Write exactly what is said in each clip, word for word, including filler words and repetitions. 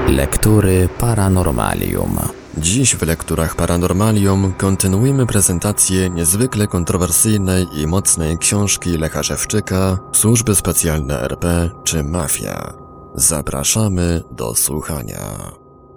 Lektury Paranormalium. Dziś w Lekturach Paranormalium kontynuujemy prezentację niezwykle kontrowersyjnej i mocnej książki Lecha Szewczyka Służby Specjalne R P czy Mafia. Zapraszamy do słuchania.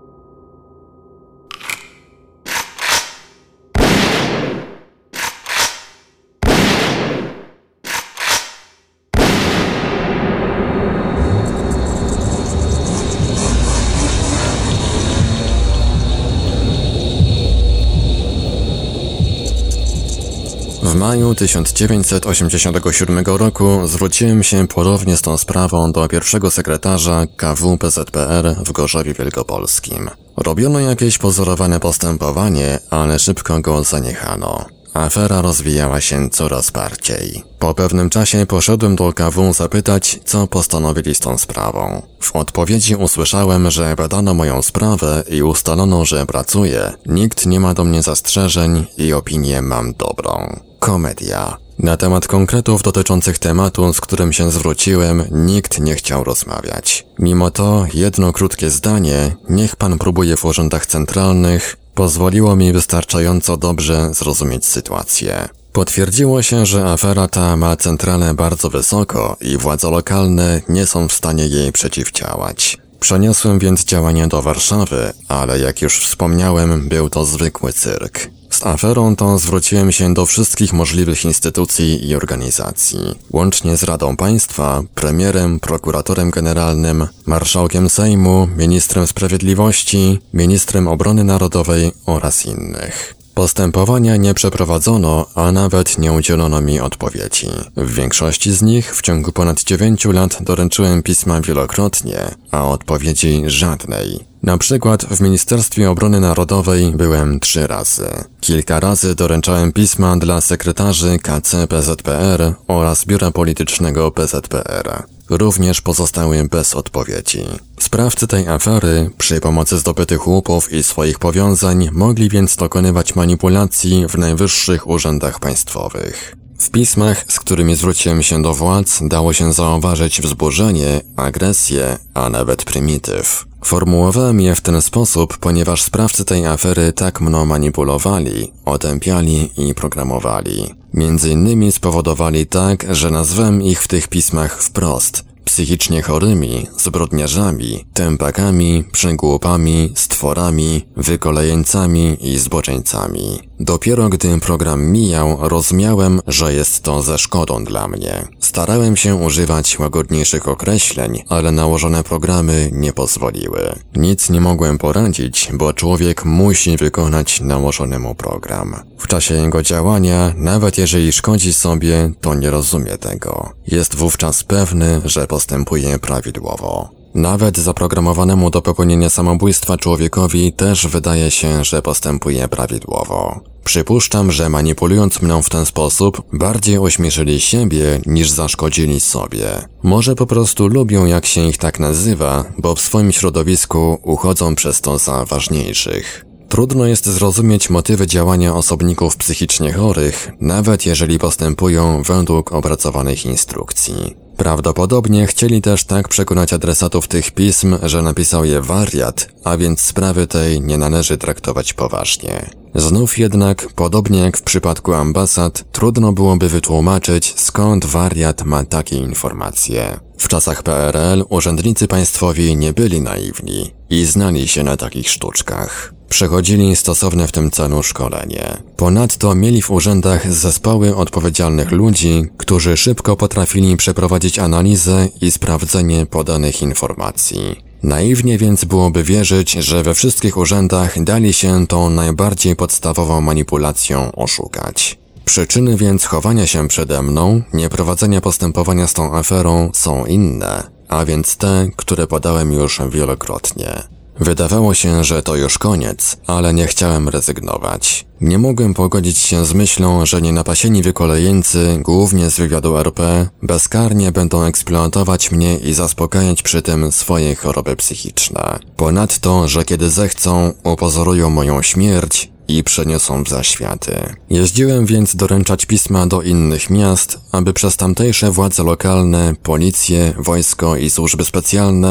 W maju tysiąc dziewięćset osiemdziesiątego siódmego roku zwróciłem się ponownie z tą sprawą do pierwszego sekretarza K W P Z P R w Gorzowie Wielkopolskim. Robiono jakieś pozorowane postępowanie, ale szybko go zaniechano. Afera rozwijała się coraz bardziej. Po pewnym czasie poszedłem do K W zapytać, co postanowili z tą sprawą. W odpowiedzi usłyszałem, że badano moją sprawę i ustalono, że pracuję. Nikt nie ma do mnie zastrzeżeń i opinię mam dobrą. Komedia. Na temat konkretów dotyczących tematu, z którym się zwróciłem, nikt nie chciał rozmawiać. Mimo to jedno krótkie zdanie, niech pan próbuje w urzędach centralnych, pozwoliło mi wystarczająco dobrze zrozumieć sytuację. Potwierdziło się, że afera ta ma centralę bardzo wysoko i władze lokalne nie są w stanie jej przeciwdziałać. Przeniosłem więc działania do Warszawy, ale jak już wspomniałem, był to zwykły cyrk. Z aferą tą zwróciłem się do wszystkich możliwych instytucji i organizacji, łącznie z Radą Państwa, premierem, prokuratorem generalnym, marszałkiem Sejmu, ministrem sprawiedliwości, ministrem obrony narodowej oraz innych. Postępowania nie przeprowadzono, a nawet nie udzielono mi odpowiedzi. W większości z nich w ciągu ponad dziewięciu lat doręczyłem pisma wielokrotnie, a odpowiedzi żadnej. Na przykład w Ministerstwie Obrony Narodowej byłem trzy razy. Kilka razy doręczałem pisma dla sekretarzy K C P Z P R oraz Biura Politycznego P Z P R. Również pozostały bez odpowiedzi. Sprawcy tej afery, przy pomocy zdobytych łupów i swoich powiązań, mogli więc dokonywać manipulacji w najwyższych urzędach państwowych. W pismach, z którymi zwróciłem się do władz, dało się zauważyć wzburzenie, agresję, a nawet prymityw. Formułowałem je w ten sposób, ponieważ sprawcy tej afery tak mną manipulowali, otępiali i programowali. Między innymi spowodowali tak, że nazwałem ich w tych pismach wprost psychicznie chorymi, zbrodniarzami, tępakami, przygłupami, stworami, wykolejeńcami i zboczeńcami. Dopiero gdy program mijał, rozumiałem, że jest to ze szkodą dla mnie. Starałem się używać łagodniejszych określeń, ale nałożone programy nie pozwoliły. Nic nie mogłem poradzić, bo człowiek musi wykonać nałożony mu program. W czasie jego działania, nawet jeżeli szkodzi sobie, to nie rozumie tego. Jest wówczas pewny, że postępuje prawidłowo. Nawet zaprogramowanemu do popełnienia samobójstwa człowiekowi też wydaje się, że postępuje prawidłowo. Przypuszczam, że manipulując mną w ten sposób, bardziej ośmieszyli siebie niż zaszkodzili sobie. Może po prostu lubią, jak się ich tak nazywa, bo w swoim środowisku uchodzą przez to za ważniejszych. Trudno jest zrozumieć motywy działania osobników psychicznie chorych, nawet jeżeli postępują według opracowanych instrukcji. Prawdopodobnie chcieli też tak przekonać adresatów tych pism, że napisał je wariat, a więc sprawy tej nie należy traktować poważnie. Znów jednak, podobnie jak w przypadku ambasad, trudno byłoby wytłumaczyć, skąd wariat ma takie informacje. W czasach P R L urzędnicy państwowi nie byli naiwni i znali się na takich sztuczkach. Przechodzili stosowne w tym celu szkolenie. Ponadto mieli w urzędach zespoły odpowiedzialnych ludzi, którzy szybko potrafili przeprowadzić analizę i sprawdzenie podanych informacji. Naiwnie więc byłoby wierzyć, że we wszystkich urzędach dali się tą najbardziej podstawową manipulacją oszukać. Przyczyny więc chowania się przede mną, nieprowadzenia postępowania z tą aferą są inne, a więc te, które podałem już wielokrotnie. Wydawało się, że to już koniec, ale nie chciałem rezygnować. Nie mogłem pogodzić się z myślą, że nienapasieni wykolejeńcy, głównie z wywiadu R P, bezkarnie będą eksploatować mnie i zaspokajać przy tym swoje choroby psychiczne. Ponadto, że kiedy zechcą, upozorują moją śmierć i przeniosą w zaświaty. Jeździłem więc doręczać pisma do innych miast, aby przez tamtejsze władze lokalne, policję, wojsko i służby specjalne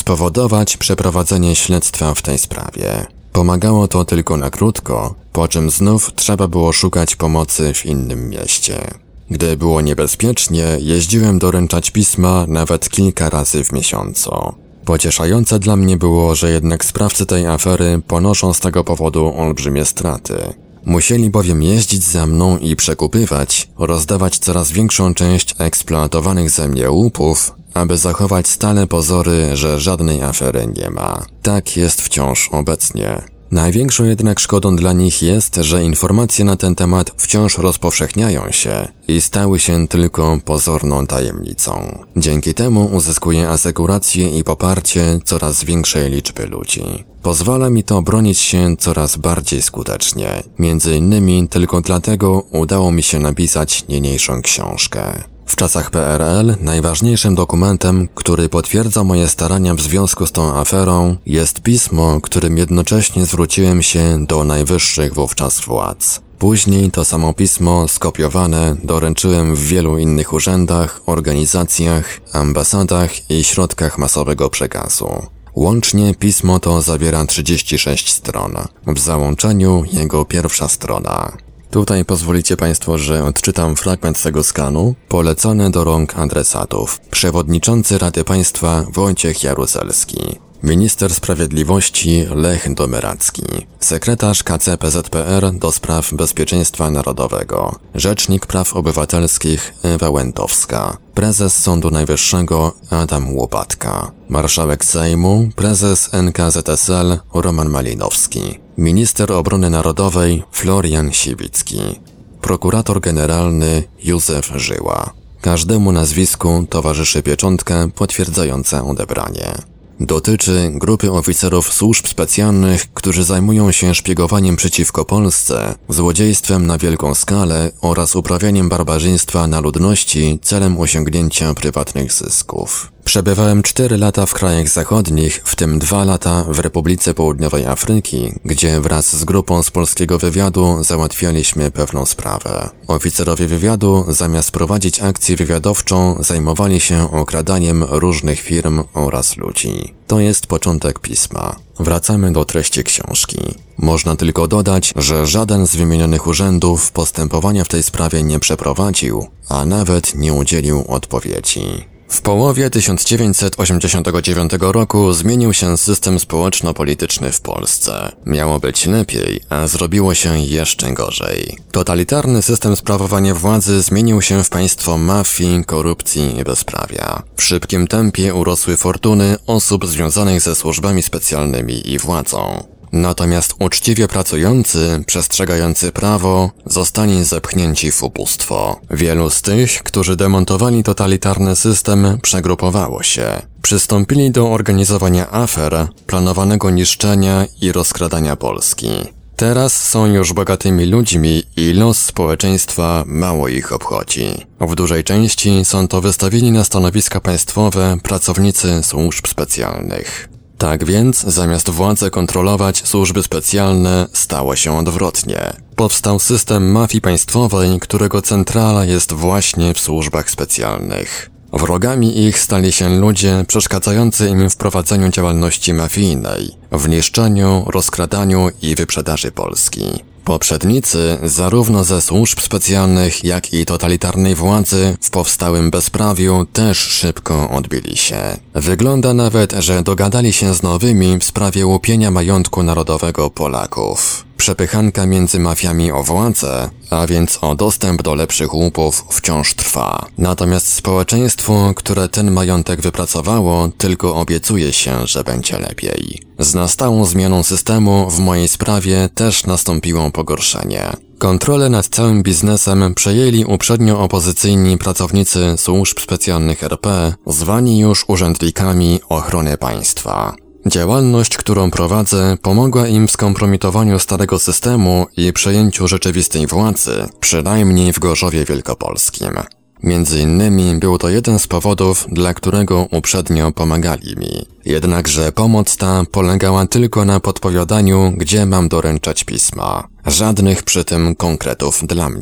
spowodować przeprowadzenie śledztwa w tej sprawie. Pomagało to tylko na krótko, po czym znów trzeba było szukać pomocy w innym mieście. Gdy było niebezpiecznie, jeździłem doręczać pisma nawet kilka razy w miesiącu. Pocieszające dla mnie było, że jednak sprawcy tej afery ponoszą z tego powodu olbrzymie straty. Musieli bowiem jeździć za mną i przekupywać, rozdawać coraz większą część eksploatowanych ze mnie łupów, aby zachować stale pozory, że żadnej afery nie ma. Tak jest wciąż obecnie. Największą jednak szkodą dla nich jest, że informacje na ten temat wciąż rozpowszechniają się i stały się tylko pozorną tajemnicą. Dzięki temu uzyskuję asekurację i poparcie coraz większej liczby ludzi. Pozwala mi to bronić się coraz bardziej skutecznie. Między innymi tylko dlatego udało mi się napisać niniejszą książkę. W czasach P R L najważniejszym dokumentem, który potwierdza moje starania w związku z tą aferą, jest pismo, którym jednocześnie zwróciłem się do najwyższych wówczas władz. Później to samo pismo skopiowane doręczyłem w wielu innych urzędach, organizacjach, ambasadach i środkach masowego przekazu. Łącznie pismo to zawiera trzydzieści sześć stron. W załączeniu jego pierwsza strona. Tutaj pozwolicie Państwo, że odczytam fragment tego skanu, polecony do rąk adresatów. Przewodniczący Rady Państwa Wojciech Jaruzelski. Minister Sprawiedliwości Lech Domeracki. Sekretarz K C P Z P R do spraw bezpieczeństwa narodowego. Rzecznik praw obywatelskich Ewa Łętowska. Prezes Sądu Najwyższego Adam Łopatka. Marszałek Sejmu, prezes N K Z S L Roman Malinowski. Minister Obrony Narodowej Florian Siwicki. Prokurator generalny Józef Żyła. Każdemu nazwisku towarzyszy pieczątka potwierdzająca odebranie. Dotyczy grupy oficerów służb specjalnych, którzy zajmują się szpiegowaniem przeciwko Polsce, złodziejstwem na wielką skalę oraz uprawianiem barbarzyństwa na ludności celem osiągnięcia prywatnych zysków. Przebywałem cztery lata w krajach zachodnich, w tym dwa lata w Republice Południowej Afryki, gdzie wraz z grupą z polskiego wywiadu załatwialiśmy pewną sprawę. Oficerowie wywiadu, zamiast prowadzić akcję wywiadowczą, zajmowali się okradaniem różnych firm oraz ludzi. To jest początek pisma. Wracamy do treści książki. Można tylko dodać, że żaden z wymienionych urzędów postępowania w tej sprawie nie przeprowadził, a nawet nie udzielił odpowiedzi. W połowie tysiąc dziewięćset osiemdziesiątego dziewiątego roku zmienił się system społeczno-polityczny w Polsce. Miało być lepiej, a zrobiło się jeszcze gorzej. Totalitarny system sprawowania władzy zmienił się w państwo mafii, korupcji i bezprawia. W szybkim tempie urosły fortuny osób związanych ze służbami specjalnymi i władzą. Natomiast uczciwie pracujący, przestrzegający prawo, zostali zepchnięci w ubóstwo. Wielu z tych, którzy demontowali totalitarny system, przegrupowało się. Przystąpili do organizowania afer, planowanego niszczenia i rozkradania Polski. Teraz są już bogatymi ludźmi i los społeczeństwa mało ich obchodzi. W dużej części są to wystawieni na stanowiska państwowe pracownicy służb specjalnych. Tak więc, zamiast władze kontrolować służby specjalne, stało się odwrotnie. Powstał system mafii państwowej, którego centrala jest właśnie w służbach specjalnych. Wrogami ich stali się ludzie przeszkadzający im w prowadzeniu działalności mafijnej, w niszczeniu, rozkradaniu i wyprzedaży Polski. Poprzednicy, zarówno ze służb specjalnych, jak i totalitarnej władzy, w powstałym bezprawiu też szybko odbili się. Wygląda nawet, że dogadali się z nowymi w sprawie łupienia majątku narodowego Polaków. Przepychanka między mafiami o władzę, a więc o dostęp do lepszych łupów, wciąż trwa. Natomiast społeczeństwu, które ten majątek wypracowało, tylko obiecuje się, że będzie lepiej. Z nastałą zmianą systemu w mojej sprawie też nastąpiło pogorszenie. Kontrolę nad całym biznesem przejęli uprzednio opozycyjni pracownicy służb specjalnych R P, zwani już urzędnikami ochrony państwa. Działalność, którą prowadzę, pomogła im w skompromitowaniu starego systemu i przejęciu rzeczywistej władzy, przynajmniej w Gorzowie Wielkopolskim. Między innymi był to jeden z powodów, dla którego uprzednio pomagali mi. Jednakże pomoc ta polegała tylko na podpowiadaniu, gdzie mam doręczać pisma. Żadnych przy tym konkretów dla mnie.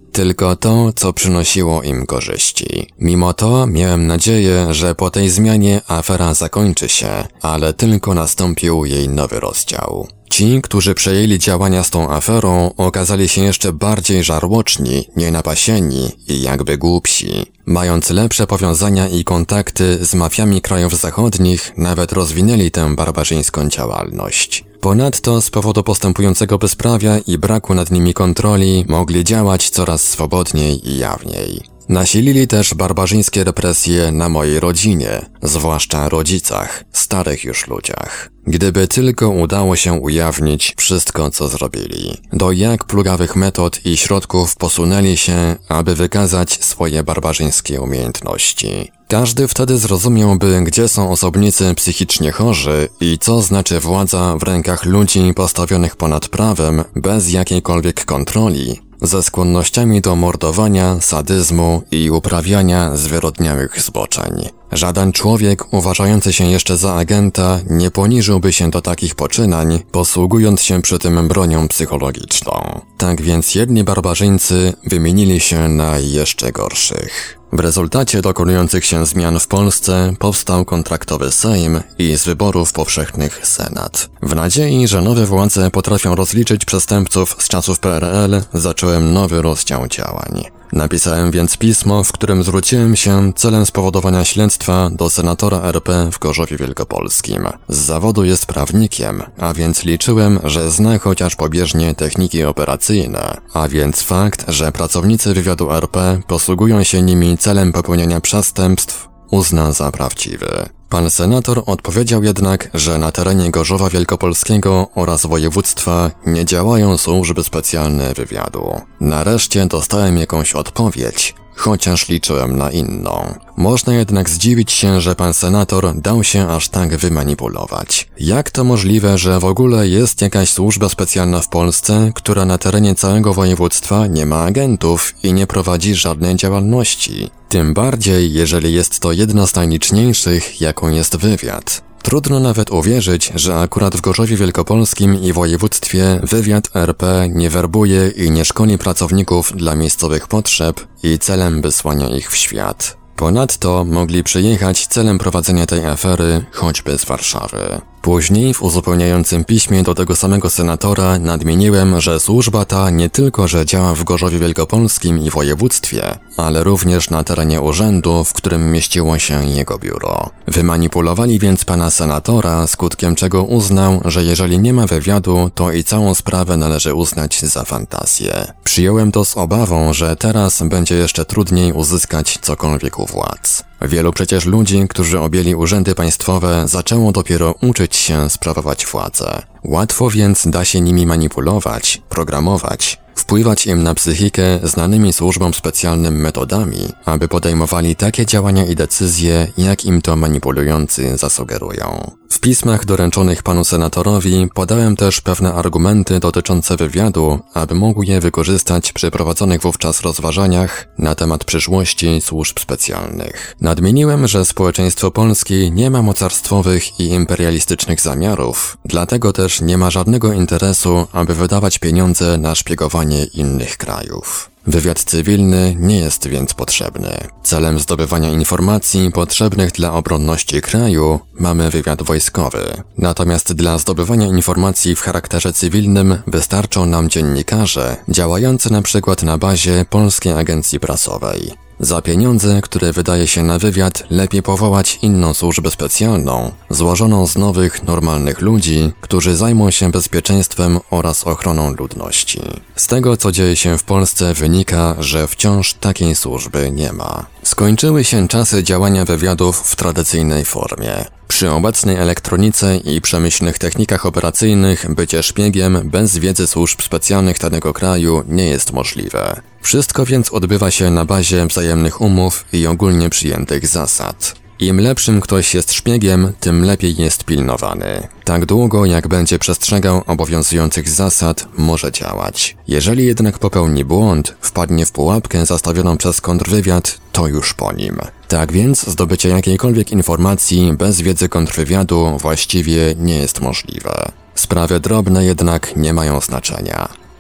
tylko to, co przynosiło im korzyści. Mimo to miałem nadzieję, że po tej zmianie afera zakończy się, ale tylko nastąpił jej nowy rozdział. Ci, którzy przejęli działania z tą aferą, okazali się jeszcze bardziej żarłoczni, nienapasieni i jakby głupsi. Mając lepsze powiązania i kontakty z mafiami krajów zachodnich, nawet rozwinęli tę barbarzyńską działalność. Ponadto z powodu postępującego bezprawia i braku nad nimi kontroli mogli działać coraz swobodniej i jawniej. Nasilili też barbarzyńskie represje na mojej rodzinie, zwłaszcza rodzicach, starych już ludziach. Gdyby tylko udało się ujawnić wszystko, co zrobili, do jak plugawych metod i środków posunęli się, aby wykazać swoje barbarzyńskie umiejętności. Każdy wtedy zrozumiałby, gdzie są osobnicy psychicznie chorzy i co znaczy władza w rękach ludzi postawionych ponad prawem, bez jakiejkolwiek kontroli, ze skłonnościami do mordowania, sadyzmu i uprawiania zwyrodniałych zboczeń. Żaden człowiek uważający się jeszcze za agenta nie poniżyłby się do takich poczynań, posługując się przy tym bronią psychologiczną. Tak więc jedni barbarzyńcy wymienili się na jeszcze gorszych. W rezultacie dokonujących się zmian w Polsce powstał kontraktowy Sejm i z wyborów powszechnych Senat. W nadziei, że nowe władze potrafią rozliczyć przestępców z czasów P R L, zacząłem nowy rozdział działań. Napisałem więc pismo, w którym zwróciłem się celem spowodowania śledztwa do senatora R P w Gorzowie Wielkopolskim. Z zawodu jest prawnikiem, a więc liczyłem, że zna chociaż pobieżnie techniki operacyjne, a więc fakt, że pracownicy wywiadu R P posługują się nimi celem popełniania przestępstw, uzna za prawdziwy. Pan senator odpowiedział jednak, że na terenie Gorzowa Wielkopolskiego oraz województwa nie działają służby specjalne wywiadu. Nareszcie dostałem jakąś odpowiedź, chociaż liczyłem na inną. Można jednak zdziwić się, że pan senator dał się aż tak wymanipulować. Jak to możliwe, że w ogóle jest jakaś służba specjalna w Polsce, która na terenie całego województwa nie ma agentów i nie prowadzi żadnej działalności? Tym bardziej, jeżeli jest to jedna z najliczniejszych, jaką jest wywiad. Trudno nawet uwierzyć, że akurat w Gorzowie Wielkopolskim i województwie wywiad R P nie werbuje i nie szkoli pracowników dla miejscowych potrzeb i celem wysłania ich w świat. Ponadto mogli przyjechać celem prowadzenia tej afery choćby z Warszawy. Później w uzupełniającym piśmie do tego samego senatora nadmieniłem, że służba ta nie tylko, że działa w Gorzowie Wielkopolskim i województwie, ale również na terenie urzędu, w którym mieściło się jego biuro. Wymanipulowali więc pana senatora, skutkiem czego uznał, że jeżeli nie ma wywiadu, to i całą sprawę należy uznać za fantazję. Przyjąłem to z obawą, że teraz będzie jeszcze trudniej uzyskać cokolwiek u władz. Wielu przecież ludzi, którzy objęli urzędy państwowe, zaczęło dopiero uczyć się sprawować władzę. Łatwo więc da się nimi manipulować, programować, wpływać im na psychikę znanymi służbom specjalnym metodami, aby podejmowali takie działania i decyzje, jak im to manipulujący zasugerują. W pismach doręczonych panu senatorowi podałem też pewne argumenty dotyczące wywiadu, aby mógł je wykorzystać przy prowadzonych wówczas rozważaniach na temat przyszłości służb specjalnych. Nadmieniłem, że społeczeństwo polskie nie ma mocarstwowych i imperialistycznych zamiarów, dlatego też nie ma żadnego interesu, aby wydawać pieniądze na szpiegowanie innych krajów. Wywiad cywilny nie jest więc potrzebny. Celem zdobywania informacji potrzebnych dla obronności kraju mamy wywiad wojskowy. Natomiast dla zdobywania informacji w charakterze cywilnym wystarczą nam dziennikarze działający na przykład na bazie Polskiej Agencji Prasowej. Za pieniądze, które wydaje się na wywiad, lepiej powołać inną służbę specjalną, złożoną z nowych, normalnych ludzi, którzy zajmą się bezpieczeństwem oraz ochroną ludności. Z tego, co dzieje się w Polsce, wynika, że wciąż takiej służby nie ma. Skończyły się czasy działania wywiadów w tradycyjnej formie. Przy obecnej elektronice i przemyślnych technikach operacyjnych bycie szpiegiem bez wiedzy służb specjalnych danego kraju nie jest możliwe. Wszystko więc odbywa się na bazie wzajemnych umów i ogólnie przyjętych zasad. Im lepszym ktoś jest szpiegiem, tym lepiej jest pilnowany. Tak długo, jak będzie przestrzegał obowiązujących zasad, może działać. Jeżeli jednak popełni błąd, wpadnie w pułapkę zastawioną przez kontrwywiad, to już po nim. Tak więc zdobycie jakiejkolwiek informacji bez wiedzy kontrwywiadu właściwie nie jest możliwe. Sprawy drobne jednak nie mają znaczenia.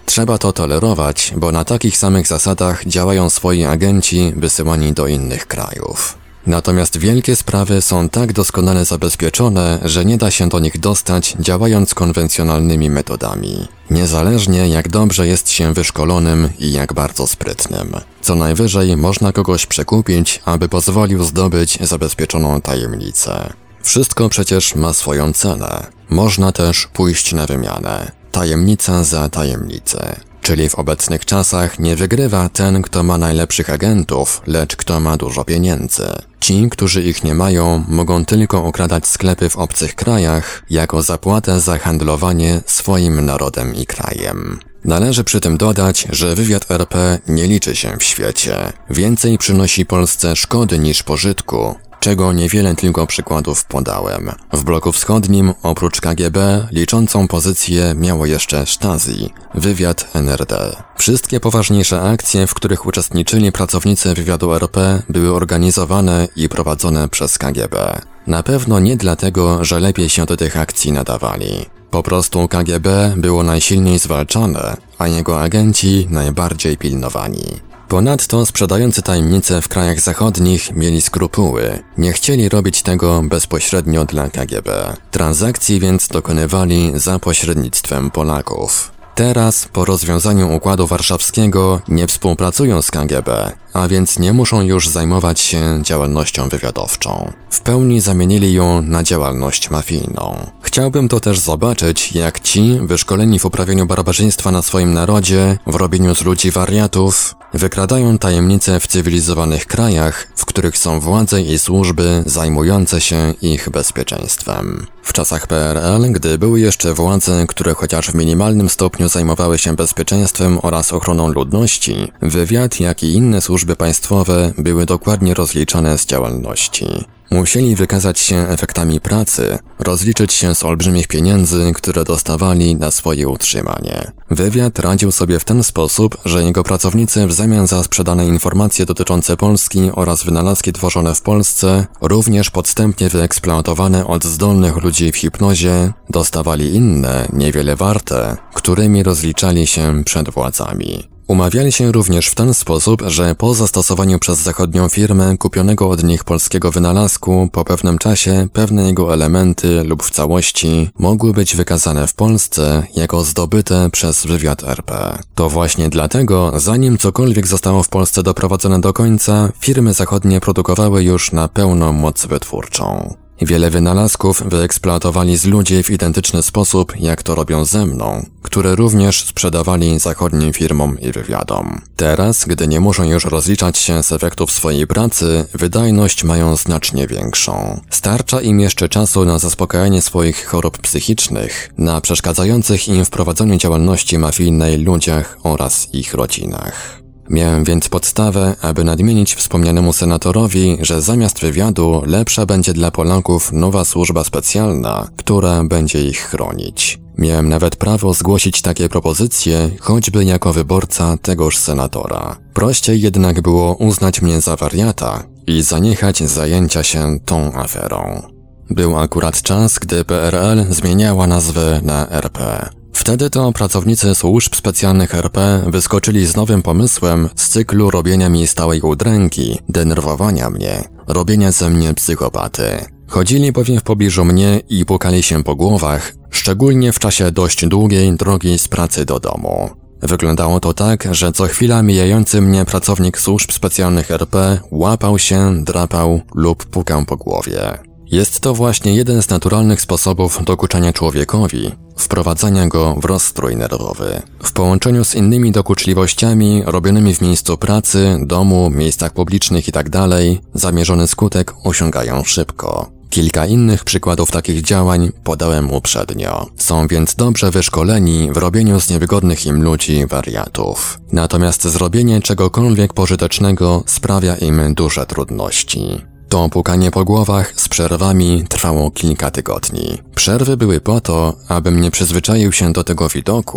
Trzeba to tolerować, bo na takich samych zasadach działają swoi agenci wysyłani do innych krajów. Natomiast wielkie sprawy są tak doskonale zabezpieczone, że nie da się do nich dostać działając konwencjonalnymi metodami. Niezależnie jak dobrze jest się wyszkolonym i jak bardzo sprytnym. Co najwyżej można kogoś przekupić, aby pozwolił zdobyć zabezpieczoną tajemnicę. Wszystko przecież ma swoją cenę. Można też pójść na wymianę. Tajemnica za tajemnicę. Czyli w obecnych czasach nie wygrywa ten, kto ma najlepszych agentów, lecz kto ma dużo pieniędzy. Ci, którzy ich nie mają, mogą tylko okradać sklepy w obcych krajach jako zapłatę za handlowanie swoim narodem i krajem. Należy przy tym dodać, że wywiad R P nie liczy się w świecie. Więcej przynosi Polsce szkody niż pożytku, czego niewiele tylko przykładów podałem. W bloku wschodnim, oprócz K G B, liczącą pozycję miało jeszcze Stasi, wywiad N R D. Wszystkie poważniejsze akcje, w których uczestniczyli pracownicy wywiadu R P, były organizowane i prowadzone przez K G B. Na pewno nie dlatego, że lepiej się do tych akcji nadawali. Po prostu K G B było najsilniej zwalczane, a jego agenci najbardziej pilnowani. Ponadto sprzedający tajemnice w krajach zachodnich mieli skrupuły. Nie chcieli robić tego bezpośrednio dla K G B. Transakcji więc dokonywali za pośrednictwem Polaków. Teraz, po rozwiązaniu Układu Warszawskiego, nie współpracują z K G B, a więc nie muszą już zajmować się działalnością wywiadowczą. W pełni zamienili ją na działalność mafijną. Chciałbym to też zobaczyć, jak ci, wyszkoleni w uprawianiu barbarzyństwa na swoim narodzie, w robieniu z ludzi wariatów, wykradają tajemnice w cywilizowanych krajach, w których są władze i służby zajmujące się ich bezpieczeństwem. W czasach P R L, gdy były jeszcze władze, które chociaż w minimalnym stopniu zajmowały się bezpieczeństwem oraz ochroną ludności, wywiad, jak i inne służby państwowe były dokładnie rozliczane z działalności. Musieli wykazać się efektami pracy, rozliczyć się z olbrzymich pieniędzy, które dostawali na swoje utrzymanie. Wywiad radził sobie w ten sposób, że jego pracownicy w zamian za sprzedane informacje dotyczące Polski oraz wynalazki tworzone w Polsce, również podstępnie wyeksploatowane od zdolnych ludzi w hipnozie, dostawali inne, niewiele warte, którymi rozliczali się przed władzami. Umawiali się również w ten sposób, że po zastosowaniu przez zachodnią firmę kupionego od nich polskiego wynalazku, po pewnym czasie pewne jego elementy lub w całości mogły być wykazane w Polsce jako zdobyte przez wywiad R P. To właśnie dlatego, zanim cokolwiek zostało w Polsce doprowadzone do końca, firmy zachodnie produkowały już na pełną moc wytwórczą. Wiele wynalazków wyeksploatowali z ludzi w identyczny sposób, jak to robią ze mną, które również sprzedawali zachodnim firmom i wywiadom. Teraz, gdy nie muszą już rozliczać się z efektów swojej pracy, wydajność mają znacznie większą. Starcza im jeszcze czasu na zaspokajanie swoich chorób psychicznych, na przeszkadzających im w prowadzeniu działalności mafijnej ludziach oraz ich rodzinach. Miałem więc podstawę, aby nadmienić wspomnianemu senatorowi, że zamiast wywiadu lepsza będzie dla Polaków nowa służba specjalna, która będzie ich chronić. Miałem nawet prawo zgłosić takie propozycje, choćby jako wyborca tegoż senatora. Prościej jednak było uznać mnie za wariata i zaniechać zajęcia się tą aferą. Był akurat czas, gdy P R L zmieniała nazwę na R P. Wtedy to pracownicy służb specjalnych R P wyskoczyli z nowym pomysłem z cyklu robienia mi stałej udręki, denerwowania mnie, robienia ze mnie psychopaty. Chodzili bowiem w pobliżu mnie i pukali się po głowach, szczególnie w czasie dość długiej drogi z pracy do domu. Wyglądało to tak, że co chwila mijający mnie pracownik służb specjalnych R P łapał się, drapał lub pukał po głowie. Jest to właśnie jeden z naturalnych sposobów dokuczania człowiekowi, wprowadzania go w rozstrój nerwowy. W połączeniu z innymi dokuczliwościami robionymi w miejscu pracy, domu, miejscach publicznych itd. zamierzony skutek osiągają szybko. Kilka innych przykładów takich działań podałem uprzednio. Są więc dobrze wyszkoleni w robieniu z niewygodnych im ludzi wariatów. Natomiast zrobienie czegokolwiek pożytecznego sprawia im duże trudności. To pukanie po głowach z przerwami trwało kilka tygodni. Przerwy były po to, abym nie przyzwyczaił się do tego widoku,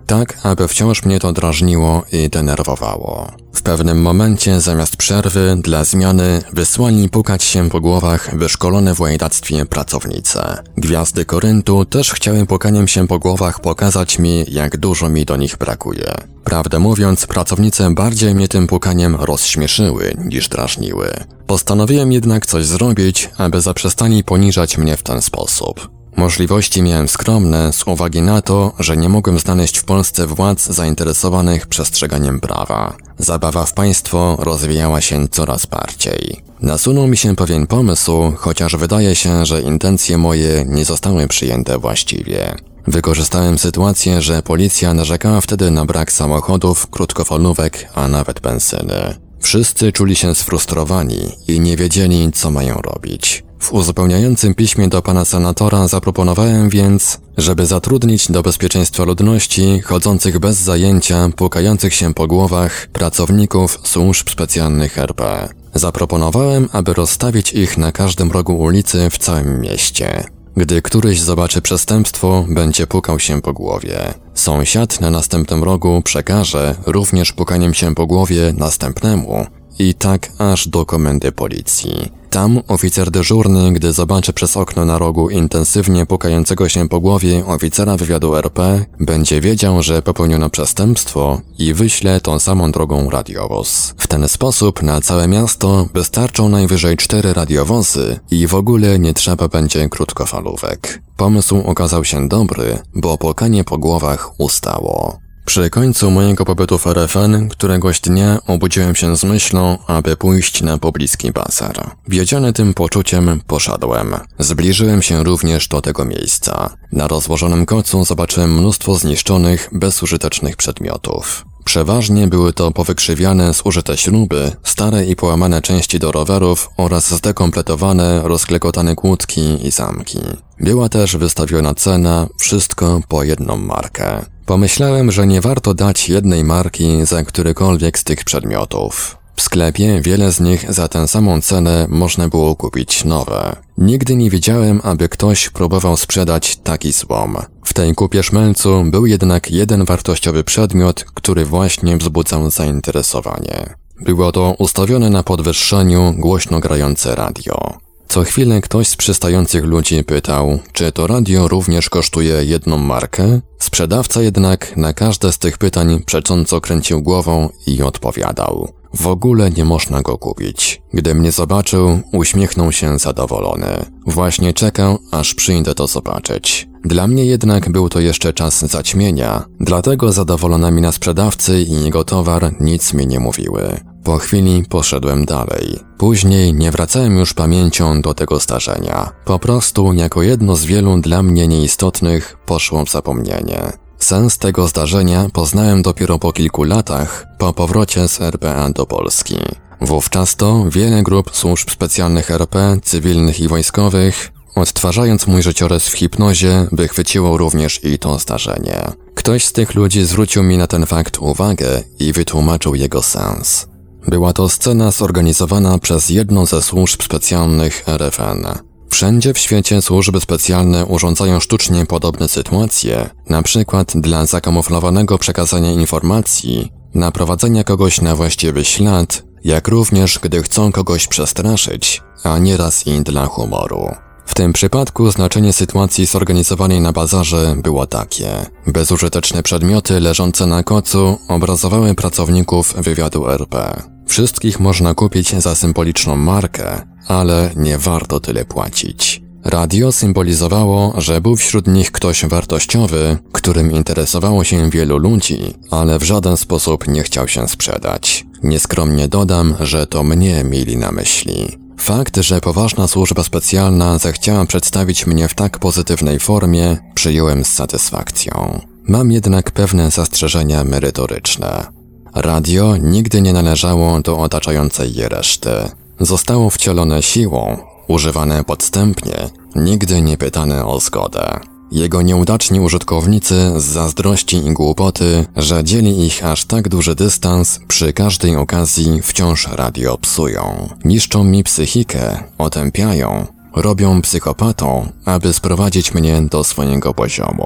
Tak, aby wciąż mnie to drażniło i denerwowało. W pewnym momencie zamiast przerwy, dla zmiany, wysłali pukać się po głowach wyszkolone w łajdactwie pracownice. Gwiazdy Koryntu też chciały pukaniem się po głowach pokazać mi, jak dużo mi do nich brakuje. Prawdę mówiąc, pracownice bardziej mnie tym pukaniem rozśmieszyły niż drażniły. Postanowiłem jednak coś zrobić, aby zaprzestali poniżać mnie w ten sposób. Możliwości miałem skromne z uwagi na to, że nie mogłem znaleźć w Polsce władz zainteresowanych przestrzeganiem prawa. Zabawa w państwo rozwijała się coraz bardziej. Nasunął mi się pewien pomysł, chociaż wydaje się, że intencje moje nie zostały przyjęte właściwie. Wykorzystałem sytuację, że policja narzekała wtedy na brak samochodów, krótkofalówek, a nawet benzyny. Wszyscy czuli się sfrustrowani i nie wiedzieli, co mają robić. W uzupełniającym piśmie do pana senatora zaproponowałem więc, żeby zatrudnić do bezpieczeństwa ludności chodzących bez zajęcia, pukających się po głowach pracowników służb specjalnych R P. Zaproponowałem, aby rozstawić ich na każdym rogu ulicy w całym mieście. Gdy któryś zobaczy przestępstwo, będzie pukał się po głowie. Sąsiad na następnym rogu przekaże również pukaniem się po głowie następnemu i tak aż do komendy policji. Tam oficer dyżurny, gdy zobaczy przez okno na rogu intensywnie pukającego się po głowie oficera wywiadu R P, będzie wiedział, że popełniono przestępstwo i wyśle tą samą drogą radiowóz. W ten sposób na całe miasto wystarczą najwyżej cztery radiowozy i w ogóle nie trzeba będzie krótkofalówek. Pomysł okazał się dobry, bo pukanie po głowach ustało. Przy końcu mojego pobytu w R F N któregoś dnia obudziłem się z myślą, aby pójść na pobliski bazar. Wiedziony tym poczuciem poszedłem. Zbliżyłem się również do tego miejsca. Na rozłożonym kocu zobaczyłem mnóstwo zniszczonych, bezużytecznych przedmiotów. Przeważnie były to powykrzywiane, zużyte śruby, stare i połamane części do rowerów oraz zdekompletowane, rozklekotane kłódki i zamki. Była też wystawiona cena, wszystko po jedną markę. Pomyślałem, że nie warto dać jednej marki za którykolwiek z tych przedmiotów. W sklepie wiele z nich za tę samą cenę można było kupić nowe. Nigdy nie widziałem, aby ktoś próbował sprzedać taki złom. W tej kupie szmelcu był jednak jeden wartościowy przedmiot, który właśnie wzbudzał zainteresowanie. Było to ustawione na podwyższeniu, głośno grające radio. Co chwilę ktoś z przystających ludzi pytał, czy to radio również kosztuje jedną markę? Sprzedawca jednak na każde z tych pytań przecząco kręcił głową i odpowiadał. W ogóle nie można go kupić. Gdy mnie zobaczył, uśmiechnął się zadowolony. Właśnie czekał, aż przyjdę to zobaczyć. Dla mnie jednak był to jeszcze czas zaćmienia, dlatego zadowolona mina sprzedawcy i jego towar nic mi nie mówiły. Po chwili poszedłem dalej. Później nie wracałem już pamięcią do tego zdarzenia. Po prostu jako jedno z wielu dla mnie nieistotnych poszło w zapomnienie. Sens tego zdarzenia poznałem dopiero po kilku latach, po powrocie z R P A do Polski. Wówczas to wiele grup służb specjalnych R P, cywilnych i wojskowych, odtwarzając mój życiorys w hipnozie, wychwyciło również i to zdarzenie. Ktoś z tych ludzi zwrócił mi na ten fakt uwagę i wytłumaczył jego sens. Była to scena zorganizowana przez jedną ze służb specjalnych R F N. Wszędzie w świecie służby specjalne urządzają sztucznie podobne sytuacje, na przykład dla zakamuflowanego przekazania informacji, naprowadzenia kogoś na właściwy ślad, jak również gdy chcą kogoś przestraszyć, a nieraz i dla humoru. W tym przypadku znaczenie sytuacji zorganizowanej na bazarze było takie. Bezużyteczne przedmioty leżące na kocu obrazowały pracowników wywiadu R P. Wszystkich można kupić za symboliczną markę, ale nie warto tyle płacić. Radio symbolizowało, że był wśród nich ktoś wartościowy, którym interesowało się wielu ludzi, ale w żaden sposób nie chciał się sprzedać. Nieskromnie dodam, że to mnie mieli na myśli. Fakt, że poważna służba specjalna zechciała przedstawić mnie w tak pozytywnej formie, przyjąłem z satysfakcją. Mam jednak pewne zastrzeżenia merytoryczne. Radio nigdy nie należało do otaczającej je reszty. Zostało wcielone siłą, używane podstępnie, nigdy nie pytane o zgodę. Jego nieudaczni użytkownicy z zazdrości i głupoty, że dzieli ich aż tak duży dystans, przy każdej okazji wciąż radio psują. Niszczą mi psychikę, otępiają, robią psychopatą, aby sprowadzić mnie do swojego poziomu.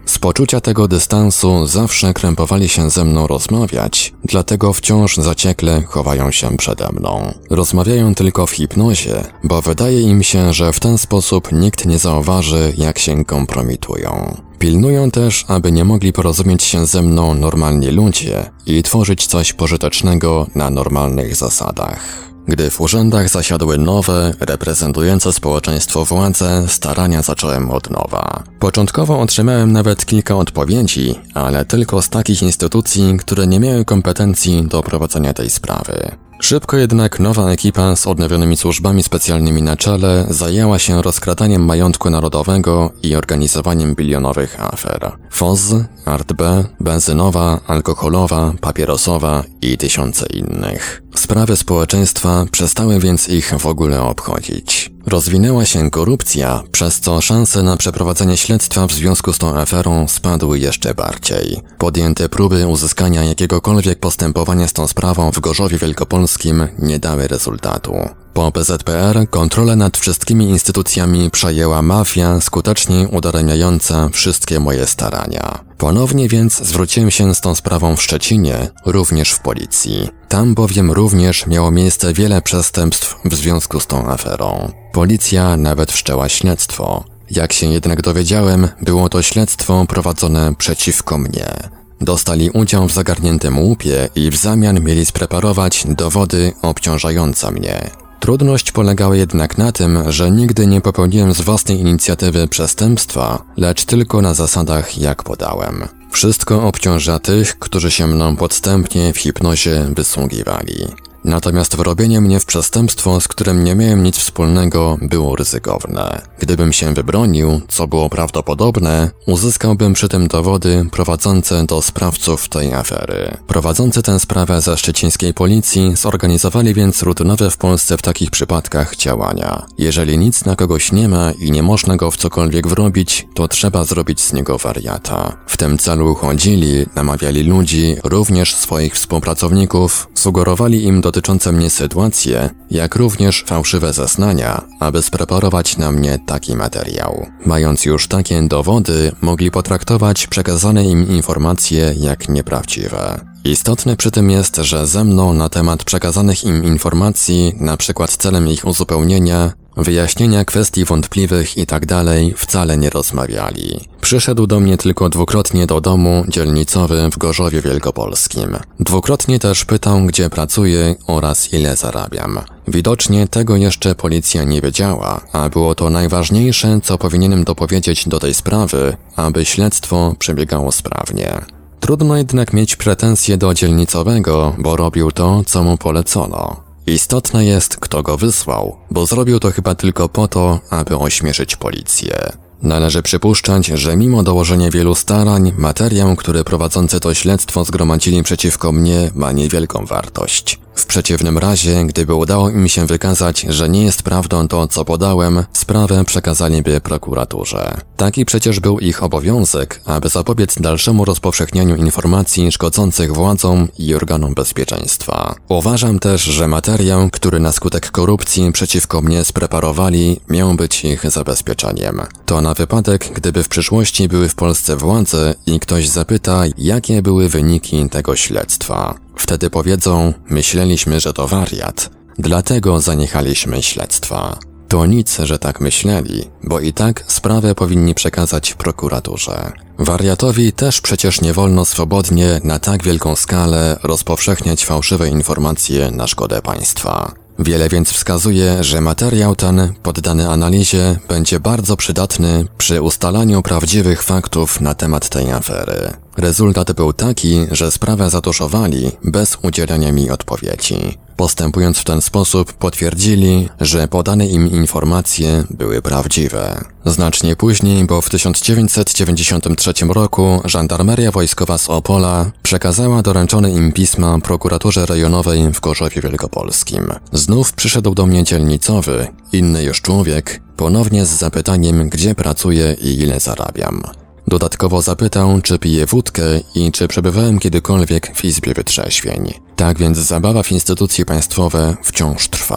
Z poczucia tego dystansu zawsze krępowali się ze mną rozmawiać, dlatego wciąż zaciekle chowają się przede mną. Rozmawiają tylko w hipnozie, bo wydaje im się, że w ten sposób nikt nie zauważy, jak się kompromitują. Pilnują też, aby nie mogli porozumieć się ze mną normalni ludzie i tworzyć coś pożytecznego na normalnych zasadach. Gdy w urzędach zasiadły nowe, reprezentujące społeczeństwo władze, starania zacząłem od nowa. Początkowo otrzymałem nawet kilka odpowiedzi, ale tylko z takich instytucji, które nie miały kompetencji do prowadzenia tej sprawy. Szybko jednak nowa ekipa z odnowionymi służbami specjalnymi na czele zajęła się rozkradaniem majątku narodowego i organizowaniem bilionowych afer. F O Z, Art B, benzynowa, alkoholowa, papierosowa i tysiące innych. Sprawy społeczeństwa przestały więc ich w ogóle obchodzić. Rozwinęła się korupcja, przez co szanse na przeprowadzenie śledztwa w związku z tą aferą spadły jeszcze bardziej. Podjęte próby uzyskania jakiegokolwiek postępowania z tą sprawą w Gorzowie Wielkopolskim nie dały rezultatu. Po P Z P R kontrolę nad wszystkimi instytucjami przejęła mafia, skutecznie udaremniająca wszystkie moje starania. Ponownie więc zwróciłem się z tą sprawą w Szczecinie, również w policji. Tam bowiem również miało miejsce wiele przestępstw w związku z tą aferą. Policja nawet wszczęła śledztwo. Jak się jednak dowiedziałem, było to śledztwo prowadzone przeciwko mnie. Dostali udział w zagarniętym łupie i w zamian mieli spreparować dowody obciążające mnie. Trudność polegała jednak na tym, że nigdy nie popełniłem z własnej inicjatywy przestępstwa, lecz tylko na zasadach, jak podałem. Wszystko obciąża tych, którzy się mną podstępnie w hipnozie wysługiwali. Natomiast wrobienie mnie w przestępstwo, z którym nie miałem nic wspólnego, było ryzykowne. Gdybym się wybronił, co było prawdopodobne, uzyskałbym przy tym dowody prowadzące do sprawców tej afery. Prowadzący tę sprawę ze szczecińskiej policji zorganizowali więc rutynowe w Polsce w takich przypadkach działania. Jeżeli nic na kogoś nie ma i nie można go w cokolwiek wrobić, to trzeba zrobić z niego wariata. W tym celu chodzili, namawiali ludzi, również swoich współpracowników, sugerowali im dotyczące mnie sytuacje, jak również fałszywe zeznania, aby spreparować na mnie taki materiał. Mając już takie dowody, mogli potraktować przekazane im informacje jak nieprawdziwe. Istotne przy tym jest, że ze mną na temat przekazanych im informacji, na przykład celem ich uzupełnienia, wyjaśnienia kwestii wątpliwych itd. wcale nie rozmawiali. Przyszedł do mnie tylko dwukrotnie do domu dzielnicowy w Gorzowie Wielkopolskim. Dwukrotnie też pytał, gdzie pracuję oraz ile zarabiam. Widocznie tego jeszcze policja nie wiedziała, a było to najważniejsze, co powinienem dopowiedzieć do tej sprawy, aby śledztwo przebiegało sprawnie. Trudno jednak mieć pretensje do dzielnicowego, bo robił to, co mu polecono. Istotne jest, kto go wysłał, bo zrobił to chyba tylko po to, aby ośmieszyć policję. Należy przypuszczać, że mimo dołożenia wielu starań, materiał, który prowadzący to śledztwo zgromadzili przeciwko mnie, ma niewielką wartość. W przeciwnym razie, gdyby udało im się wykazać, że nie jest prawdą to, co podałem, sprawę przekazaliby prokuraturze. Taki przecież był ich obowiązek, aby zapobiec dalszemu rozpowszechnianiu informacji szkodzących władzom i organom bezpieczeństwa. Uważam też, że materiał, który na skutek korupcji przeciwko mnie spreparowali, miał być ich zabezpieczeniem. To na wypadek, gdyby w przyszłości były w Polsce władze i ktoś zapyta, jakie były wyniki tego śledztwa. Wtedy powiedzą, myśleliśmy, że to wariat, dlatego zaniechaliśmy śledztwa. To nic, że tak myśleli, bo i tak sprawę powinni przekazać prokuraturze. Wariatowi też przecież nie wolno swobodnie na tak wielką skalę rozpowszechniać fałszywe informacje na szkodę państwa. Wiele więc wskazuje, że materiał ten, poddany analizie, będzie bardzo przydatny przy ustalaniu prawdziwych faktów na temat tej afery. Rezultat był taki, że sprawę zatuszowali bez udzielenia mi odpowiedzi. Postępując w ten sposób potwierdzili, że podane im informacje były prawdziwe. Znacznie później, bo w tysiąc dziewięćset dziewięćdziesiątym trzecim roku żandarmeria wojskowa z Opola przekazała doręczone im pisma prokuraturze rejonowej w Gorzowie Wielkopolskim. Znów przyszedł do mnie dzielnicowy, inny już człowiek, ponownie z zapytaniem, gdzie pracuję i ile zarabiam. Dodatkowo zapytał, czy piję wódkę i czy przebywałem kiedykolwiek w izbie wytrzeźwień. Tak więc zabawa w instytucje państwowe wciąż trwa.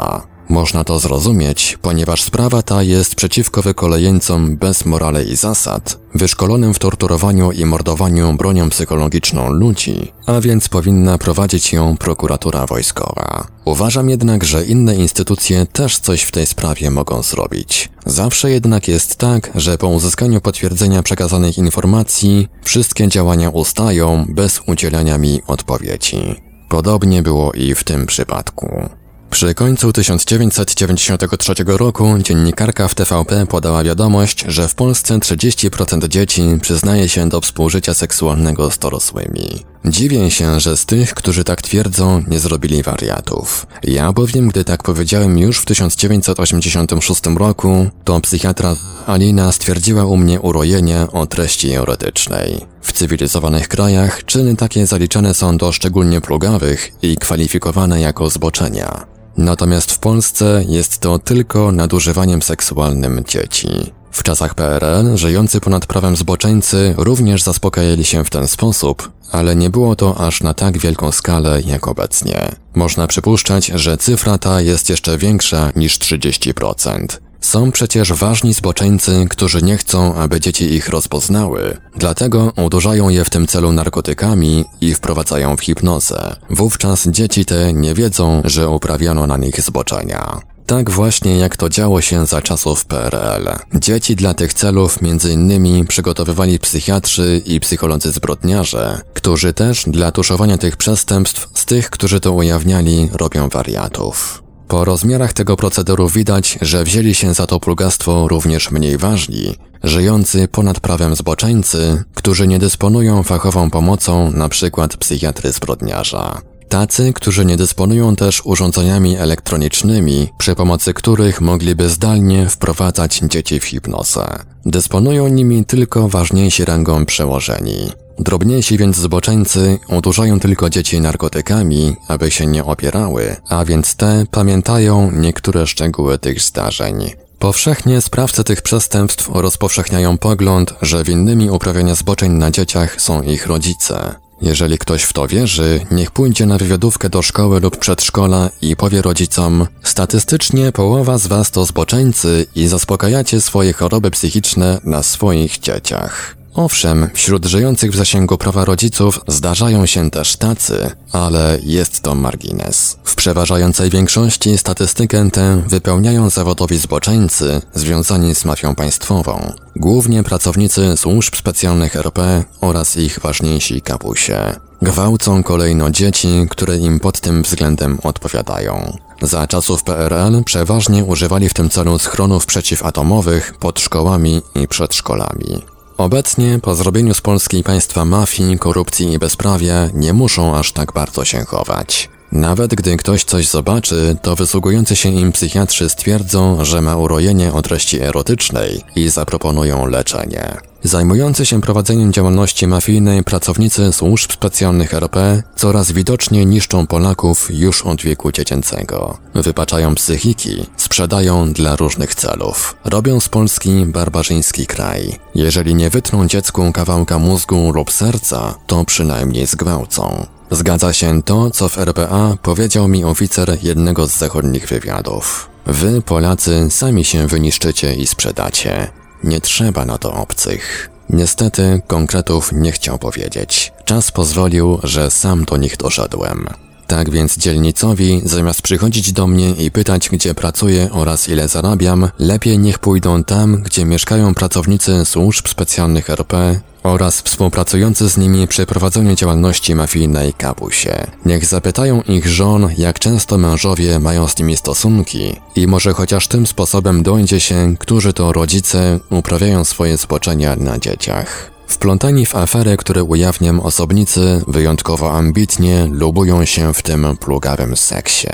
Można to zrozumieć, ponieważ sprawa ta jest przeciwko wykolejeńcom bez morale i zasad, wyszkolonym w torturowaniu i mordowaniu bronią psychologiczną ludzi, a więc powinna prowadzić ją prokuratura wojskowa. Uważam jednak, że inne instytucje też coś w tej sprawie mogą zrobić. Zawsze jednak jest tak, że po uzyskaniu potwierdzenia przekazanych informacji, wszystkie działania ustają bez udzielenia mi odpowiedzi. Podobnie było i w tym przypadku. Przy końcu tysiąc dziewięćset dziewięćdziesiątego trzeciego roku dziennikarka w T V P podała wiadomość, że w Polsce trzydzieści procent dzieci przyznaje się do współżycia seksualnego z dorosłymi. Dziwię się, że z tych, którzy tak twierdzą, nie zrobili wariatów. Ja bowiem, gdy tak powiedziałem już w tysiąc dziewięćset osiemdziesiątym szóstym roku, to psychiatra Alina stwierdziła u mnie urojenie o treści erotycznej. W cywilizowanych krajach czyny takie zaliczane są do szczególnie plugawych i kwalifikowane jako zboczenia. Natomiast w Polsce jest to tylko nadużywaniem seksualnym dzieci. W czasach P R L żyjący ponad prawem zboczeńcy również zaspokajali się w ten sposób, ale nie było to aż na tak wielką skalę jak obecnie. Można przypuszczać, że cyfra ta jest jeszcze większa niż trzydzieści procent. Są przecież ważni zboczeńcy, którzy nie chcą, aby dzieci ich rozpoznały, dlatego udurzają je w tym celu narkotykami i wprowadzają w hipnozę. Wówczas dzieci te nie wiedzą, że uprawiano na nich zboczenia. Tak właśnie jak to działo się za czasów P R L. Dzieci dla tych celów między innymi przygotowywali psychiatrzy i psycholodzy zbrodniarze, którzy też dla tuszowania tych przestępstw z tych, którzy to ujawniali, robią wariatów. Po rozmiarach tego procederu widać, że wzięli się za to plugastwo również mniej ważni, żyjący ponad prawem zboczeńcy, którzy nie dysponują fachową pomocą, np. psychiatry zbrodniarza. Tacy, którzy nie dysponują też urządzeniami elektronicznymi, przy pomocy których mogliby zdalnie wprowadzać dzieci w hipnozę. Dysponują nimi tylko ważniejsi rangą przełożeni. Drobniejsi więc zboczeńcy udurzają tylko dzieci narkotykami, aby się nie opierały, a więc te pamiętają niektóre szczegóły tych zdarzeń. Powszechnie sprawcy tych przestępstw rozpowszechniają pogląd, że winnymi uprawiania zboczeń na dzieciach są ich rodzice. Jeżeli ktoś w to wierzy, niech pójdzie na wywiadówkę do szkoły lub przedszkola i powie rodzicom: statystycznie połowa z was to zboczeńcy i zaspokajacie swoje choroby psychiczne na swoich dzieciach. Owszem, wśród żyjących w zasięgu prawa rodziców zdarzają się też tacy, ale jest to margines. W przeważającej większości statystykę tę wypełniają zawodowi zboczeńcy związani z mafią państwową, głównie pracownicy służb specjalnych R P oraz ich ważniejsi kapusie. Gwałcą kolejno dzieci, które im pod tym względem odpowiadają. Za czasów P R L przeważnie używali w tym celu schronów przeciwatomowych pod szkołami i przedszkolami. Obecnie, po zrobieniu z Polski państwa mafii, korupcji i bezprawia, nie muszą aż tak bardzo się chować. Nawet gdy ktoś coś zobaczy, to wysługujący się im psychiatrzy stwierdzą, że ma urojenie o treści erotycznej i zaproponują leczenie. Zajmujący się prowadzeniem działalności mafijnej pracownicy służb specjalnych R P coraz widoczniej niszczą Polaków już od wieku dziecięcego. Wypaczają psychiki, sprzedają dla różnych celów. Robią z Polski barbarzyński kraj. Jeżeli nie wytną dziecku kawałka mózgu lub serca, to przynajmniej zgwałcą. Zgadza się to, co w R P A powiedział mi oficer jednego z zachodnich wywiadów. Wy, Polacy, sami się wyniszczycie i sprzedacie. Nie trzeba na to obcych. Niestety konkretów nie chciał powiedzieć. Czas pozwolił, że sam do nich doszedłem. Tak więc dzielnicowi, zamiast przychodzić do mnie i pytać, gdzie pracuję oraz ile zarabiam, lepiej niech pójdą tam, gdzie mieszkają pracownicy służb specjalnych R P oraz współpracujący z nimi przy prowadzeniu działalności mafijnej kapusie. Niech zapytają ich żon, jak często mężowie mają z nimi stosunki i może chociaż tym sposobem dojdzie się, którzy to rodzice uprawiają swoje zboczenia na dzieciach. Wplątani w afery, które ujawniam osobnicy, wyjątkowo ambitnie lubują się w tym plugawym seksie.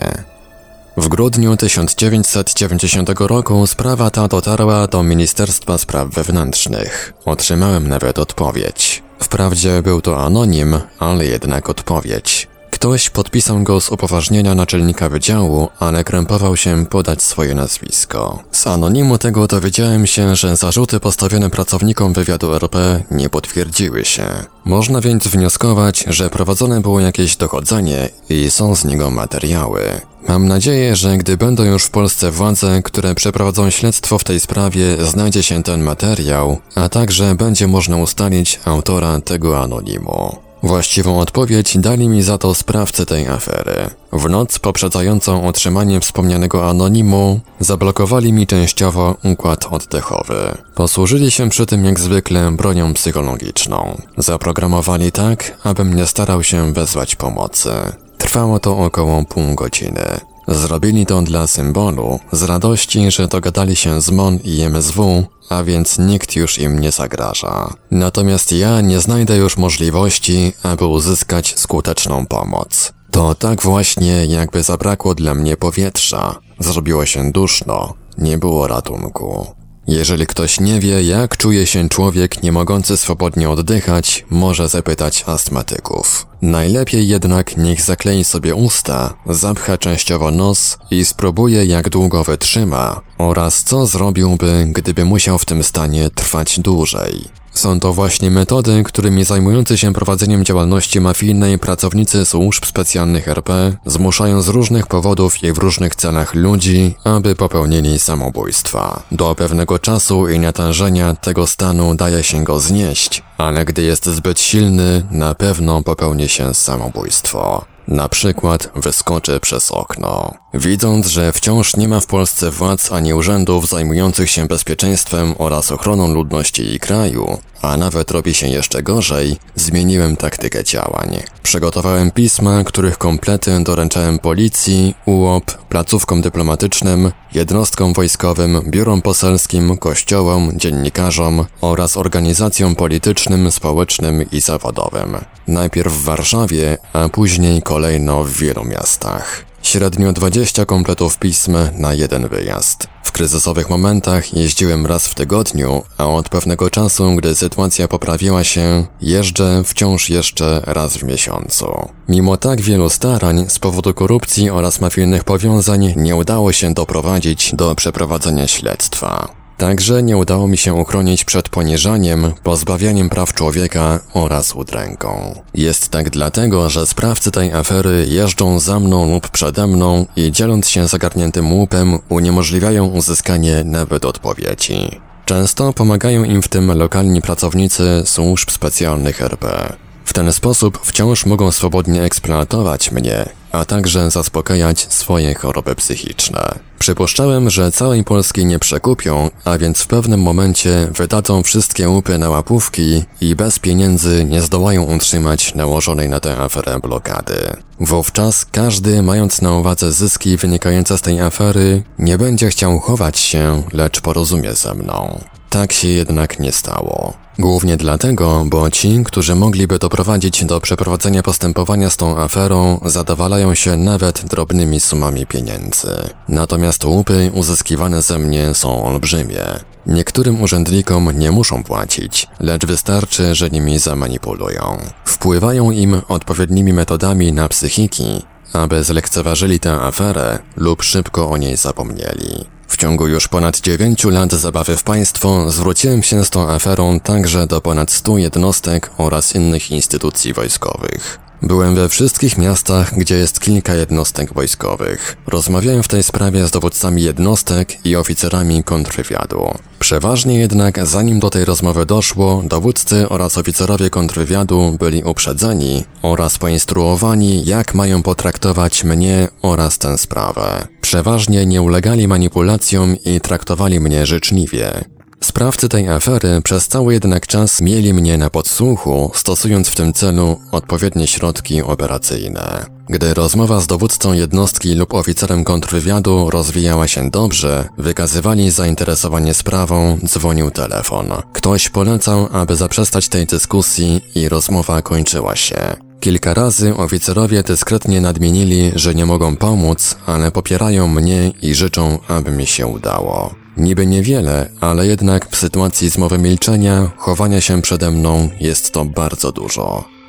W grudniu tysiąc dziewięćset dziewięćdziesiątego roku sprawa ta dotarła do Ministerstwa Spraw Wewnętrznych. Otrzymałem nawet odpowiedź. Wprawdzie był to anonim, ale jednak odpowiedź. Ktoś podpisał go z upoważnienia naczelnika wydziału, ale krępował się podać swoje nazwisko. Z anonimu tego dowiedziałem się, że zarzuty postawione pracownikom wywiadu R P nie potwierdziły się. Można więc wnioskować, że prowadzone było jakieś dochodzenie i są z niego materiały. Mam nadzieję, że gdy będą już w Polsce władze, które przeprowadzą śledztwo w tej sprawie, znajdzie się ten materiał, a także będzie można ustalić autora tego anonimu. Właściwą odpowiedź dali mi za to sprawcy tej afery. W noc poprzedzającą otrzymanie wspomnianego anonimu zablokowali mi częściowo układ oddechowy. Posłużyli się przy tym jak zwykle bronią psychologiczną. Zaprogramowali tak, abym nie starał się wezwać pomocy. Trwało to około pół godziny. Zrobili to dla symbolu, z radości, że dogadali się z M O N i M S W, a więc nikt już im nie zagraża. Natomiast ja nie znajdę już możliwości, aby uzyskać skuteczną pomoc. To tak właśnie, jakby zabrakło dla mnie powietrza. Zrobiło się duszno, nie było ratunku. Jeżeli ktoś nie wie, jak czuje się człowiek nie mogący swobodnie oddychać, może zapytać astmatyków. Najlepiej jednak niech zaklei sobie usta, zapcha częściowo nos i spróbuje jak długo wytrzyma oraz co zrobiłby, gdyby musiał w tym stanie trwać dłużej. Są to właśnie metody, którymi zajmujący się prowadzeniem działalności mafijnej pracownicy służb specjalnych R P zmuszają z różnych powodów i w różnych celach ludzi, aby popełnili samobójstwa. Do pewnego czasu i natężenia tego stanu daje się go znieść, ale gdy jest zbyt silny, na pewno popełni się samobójstwo. Na przykład wyskoczy przez okno. Widząc, że wciąż nie ma w Polsce władz ani urzędów zajmujących się bezpieczeństwem oraz ochroną ludności i kraju, a nawet robi się jeszcze gorzej, zmieniłem taktykę działań. Przygotowałem pisma, których komplety doręczałem policji, U O P, placówkom dyplomatycznym, jednostkom wojskowym, biurom poselskim, kościołom, dziennikarzom oraz organizacjom politycznym, społecznym i zawodowym. Najpierw w Warszawie, a później kolejno w wielu miastach. Średnio dwadzieścia kompletów pism na jeden wyjazd. W kryzysowych momentach jeździłem raz w tygodniu, a od pewnego czasu, gdy sytuacja poprawiła się, jeżdżę wciąż jeszcze raz w miesiącu. Mimo tak wielu starań, z powodu korupcji oraz mafijnych powiązań nie udało się doprowadzić do przeprowadzenia śledztwa. Także nie udało mi się uchronić przed poniżaniem, pozbawianiem praw człowieka oraz udręką. Jest tak dlatego, że sprawcy tej afery jeżdżą za mną lub przede mną i dzieląc się zagarniętym łupem uniemożliwiają uzyskanie nawet odpowiedzi. Często pomagają im w tym lokalni pracownicy służb specjalnych R P. W ten sposób wciąż mogą swobodnie eksploatować mnie, a także zaspokajać swoje choroby psychiczne. Przypuszczałem, że całej Polski nie przekupią, a więc w pewnym momencie wydadzą wszystkie łupy na łapówki i bez pieniędzy nie zdołają utrzymać nałożonej na tę aferę blokady. Wówczas każdy, mając na uwadze zyski wynikające z tej afery, nie będzie chciał chować się, lecz porozumie ze mną. Tak się jednak nie stało. Głównie dlatego, bo ci, którzy mogliby doprowadzić do przeprowadzenia postępowania z tą aferą, zadowalają się nawet drobnymi sumami pieniędzy. Natomiast łupy uzyskiwane ze mnie są olbrzymie. Niektórym urzędnikom nie muszą płacić, lecz wystarczy, że nimi zamanipulują. Wpływają im odpowiednimi metodami na psychiki, aby zlekceważyli tę aferę lub szybko o niej zapomnieli. W ciągu już ponad dziewięciu lat zabawy w państwo zwróciłem się z tą aferą także do ponad stu jednostek oraz innych instytucji wojskowych. Byłem we wszystkich miastach, gdzie jest kilka jednostek wojskowych. Rozmawiałem w tej sprawie z dowódcami jednostek i oficerami kontrwywiadu. Przeważnie jednak, zanim do tej rozmowy doszło, dowódcy oraz oficerowie kontrwywiadu byli uprzedzeni oraz poinstruowani, jak mają potraktować mnie oraz tę sprawę. Przeważnie nie ulegali manipulacjom i traktowali mnie życzliwie. Sprawcy tej afery przez cały jednak czas mieli mnie na podsłuchu, stosując w tym celu odpowiednie środki operacyjne. Gdy rozmowa z dowódcą jednostki lub oficerem kontrwywiadu rozwijała się dobrze, wykazywali zainteresowanie sprawą, dzwonił telefon. Ktoś polecał, aby zaprzestać tej dyskusji i rozmowa kończyła się. Kilka razy oficerowie dyskretnie nadmienili, że nie mogą pomóc, ale popierają mnie i życzą, aby mi się udało. Niby niewiele, ale jednak w sytuacji zmowy milczenia, chowania się przede mną jest to bardzo dużo.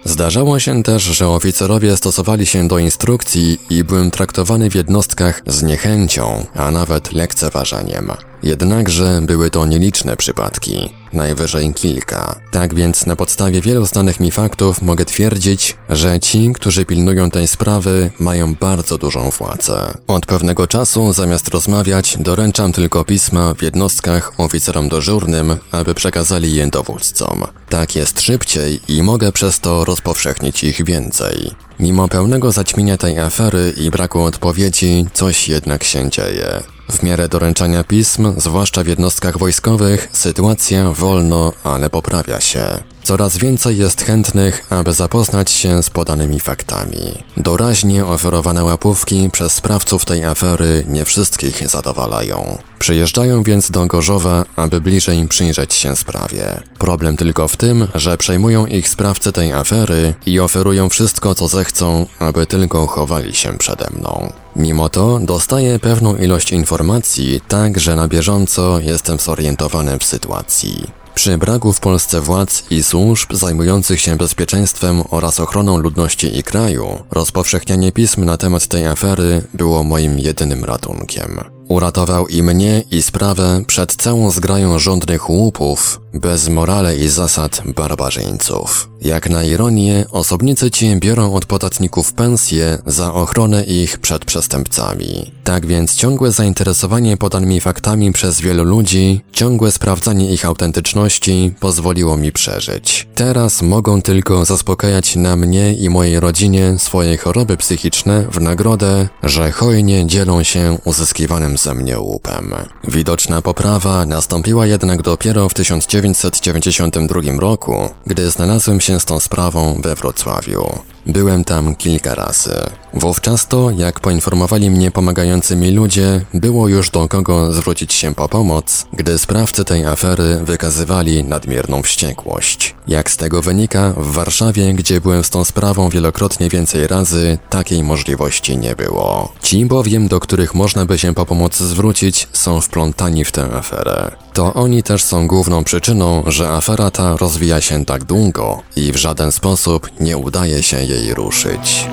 Zdarzało się też, że oficerowie stosowali się do instrukcji i byłem traktowany w jednostkach z niechęcią, a nawet lekceważeniem. Jednakże były to nieliczne przypadki, najwyżej kilka. Tak więc na podstawie wielu znanych mi faktów mogę twierdzić, że ci, którzy pilnują tej sprawy, mają bardzo dużą władzę. Od pewnego czasu zamiast rozmawiać, doręczam tylko pisma w jednostkach oficerom dyżurnym, aby przekazali je dowódcom. Tak jest szybciej i mogę przez to rozpowszechnić ich więcej. Mimo pełnego zaćmienia tej afery i braku odpowiedzi, coś jednak się dzieje. W miarę doręczania pism, zwłaszcza w jednostkach wojskowych, sytuacja wolno, ale poprawia się. Coraz więcej jest chętnych, aby zapoznać się z podanymi faktami. Doraźnie oferowane łapówki przez sprawców tej afery nie wszystkich zadowalają. Przyjeżdżają więc do Gorzowa, aby bliżej przyjrzeć się sprawie. Problem tylko w tym, że przejmują ich sprawcy tej afery i oferują wszystko, co zechcą, aby tylko chowali się przede mną. Mimo to dostaję pewną ilość informacji, tak że na bieżąco jestem zorientowany w sytuacji. Przy braku w Polsce władz i służb zajmujących się bezpieczeństwem oraz ochroną ludności i kraju, rozpowszechnianie pism na temat tej afery było moim jedynym ratunkiem. Uratował i mnie, i sprawę przed całą zgrają żądnych łupów, bez morale i zasad barbarzyńców. Jak na ironię, osobnicy ci biorą od podatników pensje za ochronę ich przed przestępcami. Tak więc ciągłe zainteresowanie podanymi faktami przez wielu ludzi, ciągłe sprawdzanie ich autentyczności pozwoliło mi przeżyć. Teraz mogą tylko zaspokajać na mnie i mojej rodzinie swoje choroby psychiczne w nagrodę, że hojnie dzielą się uzyskiwanym ze mnie łupem. Widoczna poprawa nastąpiła jednak dopiero w tysiąc dziewięćset dziewięćdziesiątym drugim roku, gdy znalazłem się z tą sprawą we Wrocławiu. Byłem tam kilka razy. Wówczas to, jak poinformowali mnie pomagający mi ludzie, było już do kogo zwrócić się po pomoc, gdy sprawcy tej afery wykazywali nadmierną wściekłość. Jak z tego wynika, w Warszawie, gdzie byłem z tą sprawą wielokrotnie więcej razy, takiej możliwości nie było. Ci bowiem, do których można by się po pomoc zwrócić, są wplątani w tę aferę. To oni też są główną przyczyną, że afera ta rozwija się tak długo i w żaden sposób nie udaje się jej ruszyć.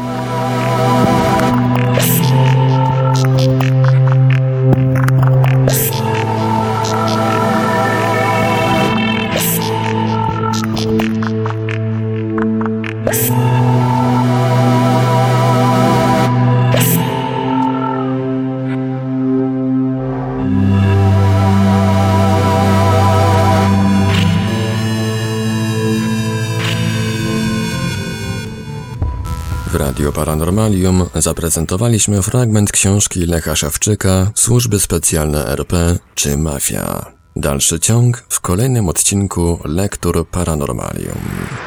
W Radio Paranormalium zaprezentowaliśmy fragment książki Lecha Szewczyka Służby Specjalne R P czy Mafia. Dalszy ciąg w kolejnym odcinku Lektur Paranormalium.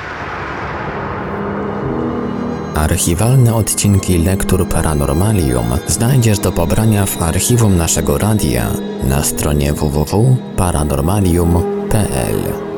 Archiwalne odcinki Lektur Paranormalium znajdziesz do pobrania w archiwum naszego radia na stronie w w w kropka paranormalium kropka p l.